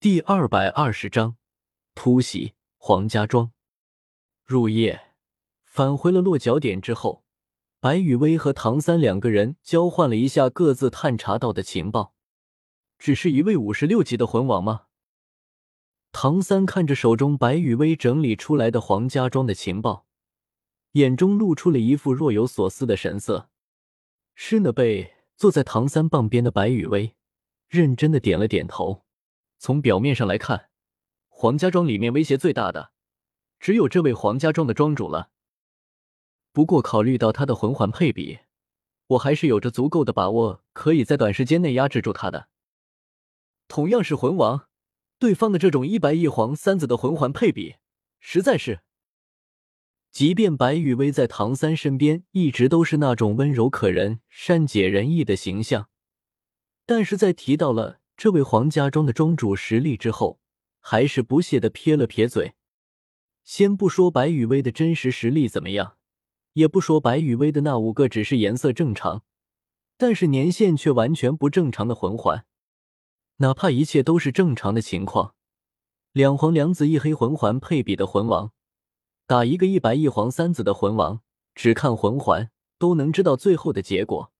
第220章突袭黄家庄。入夜，返回了落脚点之后，白雨薇和唐三两个人交换了一下各自探查到的情报。只是一位56级的魂王吗？唐三看着手中白雨薇整理出来的黄家庄的情报，眼中露出了一副若有所思的神色。施那贝坐在唐三傍边的白雨薇认真的点了点头。从表面上来看，黄家庄里面威胁最大的只有这位黄家庄的庄主了。不过考虑到他的魂环配比，我还是有着足够的把握可以在短时间内压制住他的。同样是魂王，对方的这种100亿黄三子的魂环配比实在是……即便白雨薇在唐三身边一直都是那种温柔可人、善解人意的形象，但是在提到了这位黄家庄的庄主实力之后，还是不屑地撇了撇嘴。先不说白雨薇的真实实力怎么样，也不说白雨薇的那5个只是颜色正常，但是年限却完全不正常的魂环，哪怕一切都是正常的情况，2黄2紫1黑魂环配比的魂王打一个100亿黄3紫的魂王，只看魂环都能知道最后的结果。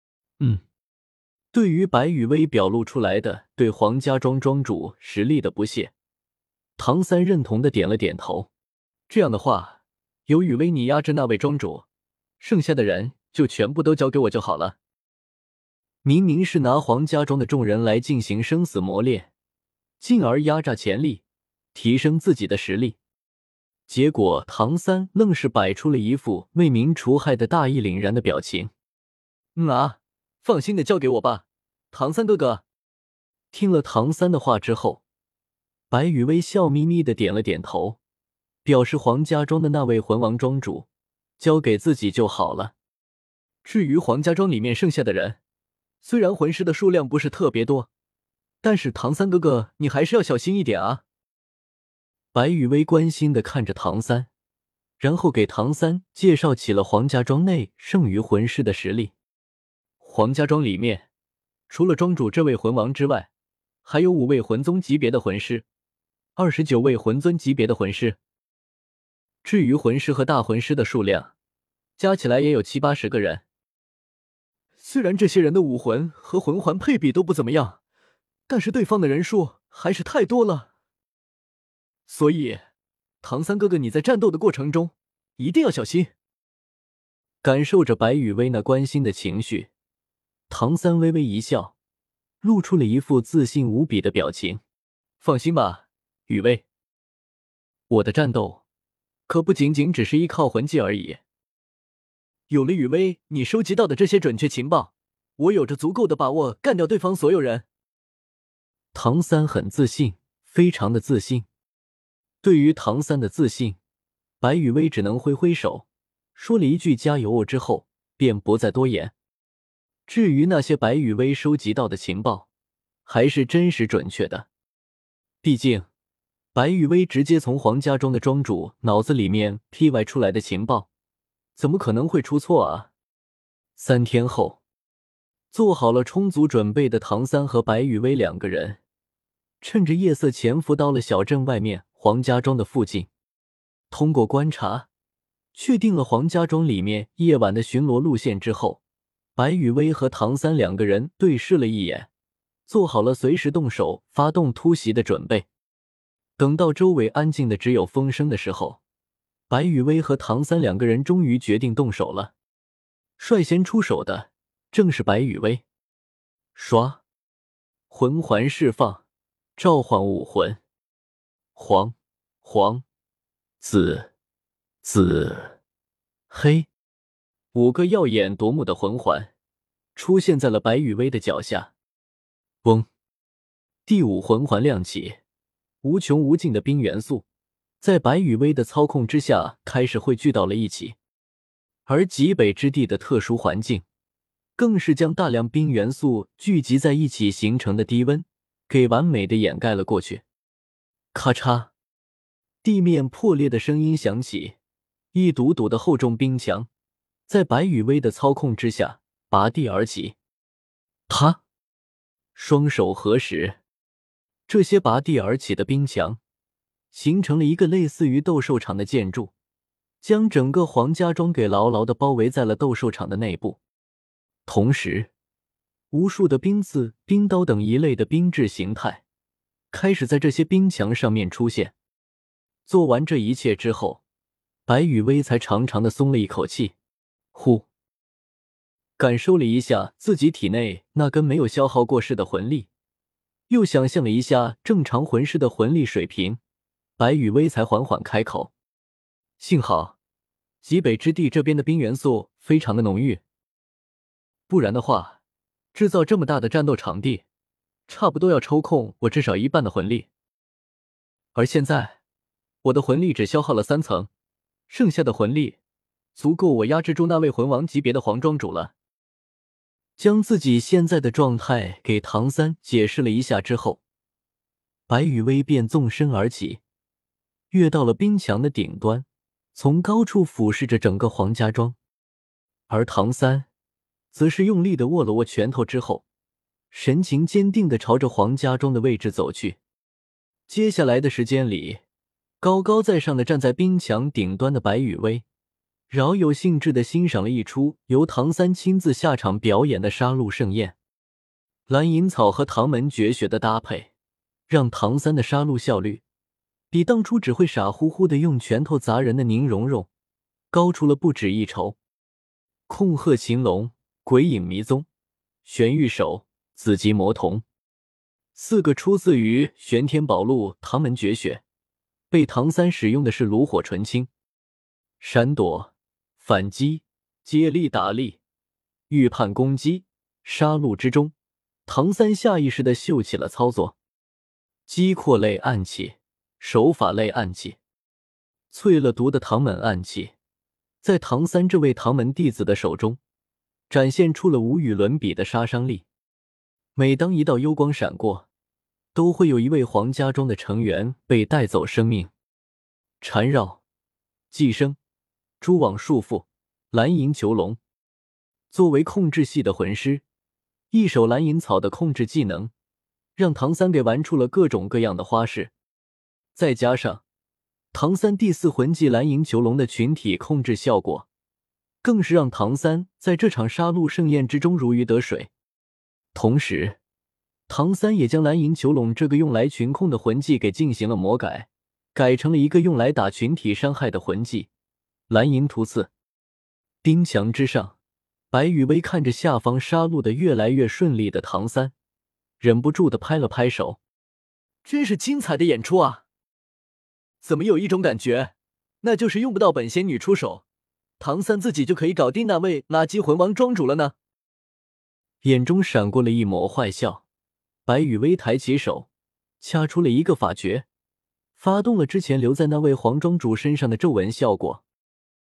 对于白雨薇表露出来的对黄家庄庄主实力的不屑，唐三认同的点了点头。这样的话，由雨薇你压制那位庄主，剩下的人就全部都交给我就好了。明明是拿黄家庄的众人来进行生死磨练，进而压榨潜力，提升自己的实力，结果唐三愣是摆出了一副为民除害的大义凛然的表情。放心的交给我吧，唐三哥哥。听了唐三的话之后，白雨薇笑眯眯的点了点头，表示黄家庄的那位魂王庄主交给自己就好了。至于黄家庄里面剩下的人，虽然魂师的数量不是特别多，但是唐三哥哥你还是要小心一点啊。白雨薇关心的看着唐三，然后给唐三介绍起了黄家庄内剩余魂师的实力。黄家庄里面除了庄主这位魂王之外，还有5位魂宗级别的魂师，29位魂尊级别的魂师。至于魂师和大魂师的数量，加起来也有70-80个人。虽然这些人的武魂和魂环配比都不怎么样，但是对方的人数还是太多了。所以，唐三哥哥你在战斗的过程中一定要小心。感受着白雨薇那关心的情绪，唐三微微一笑，露出了一副自信无比的表情。放心吧，雨薇，我的战斗可不仅仅只是依靠魂技而已。有了雨薇你收集到的这些准确情报，我有着足够的把握干掉对方所有人。唐三很自信，非常的自信。对于唐三的自信，白雨薇只能挥挥手，说了一句加油哦之后，便不再多言。至于那些白雨薇收集到的情报，还是真实准确的。毕竟，白雨薇直接从黄家庄的庄主脑子里面批外出来的情报，怎么可能会出错啊？3天后，做好了充足准备的唐三和白雨薇2个人，趁着夜色潜伏到了小镇外面黄家庄的附近。通过观察，确定了黄家庄里面夜晚的巡逻路线之后，白雨薇和唐三2个人对视了一眼，做好了随时动手发动突袭的准备。等到周围安静的只有风声的时候，白雨薇和唐三2个人终于决定动手了。率先出手的正是白雨薇。刷，魂环释放，召唤武魂。黄、黄、紫、紫、黑，5个耀眼夺目的魂环出现在了白雨薇的脚下。嗡，第5魂环亮起，无穷无尽的冰元素在白雨薇的操控之下开始汇聚到了一起，而极北之地的特殊环境更是将大量冰元素聚集在一起形成的低温给完美的掩盖了过去。咔嚓，地面破裂的声音响起，一堵堵的厚重冰墙在白雨薇的操控之下拔地而起。他双手合十， 这些拔地而起的冰墙形成了一个类似于斗兽场的建筑，将整个黄家庄给牢牢地包围在了斗兽场的内部。同时，无数的冰刺、冰刀等一类的冰质形态开始在这些冰墙上面出现。做完这一切之后，白羽薇才长长的松了一口气，呼，感受了一下自己体内那根没有消耗过似的魂力，又想象了一下正常魂师的魂力水平，白羽薇才缓缓开口。幸好极北之地这边的冰元素非常的浓郁，不然的话，制造这么大的战斗场地，差不多要抽空我至少一半的魂力。而现在，我的魂力只消耗了3层，剩下的魂力足够我压制住那位魂王级别的黄庄主了。将自己现在的状态给唐三解释了一下之后，白羽薇便纵身而起，跃到了冰墙的顶端，从高处俯视着整个黄家庄。而唐三则是用力地握了握拳头之后，神情坚定地朝着黄家庄的位置走去。接下来的时间里，高高在上的站在冰墙顶端的白羽薇饶有兴致地欣赏了一出由唐三亲自下场表演的杀戮盛宴。蓝银草和唐门绝学的搭配，让唐三的杀戮效率比当初只会傻乎乎地用拳头砸人的宁荣荣高出了不止一筹。控鹤擒龙、鬼影迷踪、玄玉手、紫极魔瞳，4个出自于玄天宝录唐门绝学，被唐三使用的是炉火纯青、闪躲、反击、接力打力、预判攻击、杀戮之中，唐三下意识地秀起了操作。击扩类暗器、手法类暗器、淬了毒的唐门暗器，在唐三这位唐门弟子的手中展现出了无与伦比的杀伤力。每当一道幽光闪过，都会有一位黄家庄的成员被带走生命。缠绕、寄生、蛛网束缚、蓝银囚笼。作为控制系的魂师，一手蓝银草的控制技能让唐三给玩出了各种各样的花式，再加上唐三第4魂技蓝银囚笼的群体控制效果，更是让唐三在这场杀戮盛宴之中如鱼得水。同时，唐三也将蓝银囚笼这个用来群控的魂技给进行了魔改，改成了一个用来打群体伤害的魂技蓝银突刺。冰墙之上，白羽薇看着下方杀戮的越来越顺利的唐三，忍不住地拍了拍手，真是精彩的演出啊！怎么有一种感觉，那就是用不到本仙女出手，唐三自己就可以搞定那位垃圾魂王庄主了呢？眼中闪过了一抹坏笑，白羽薇抬起手，掐出了一个法诀，发动了之前留在那位黄庄主身上的皱纹效果。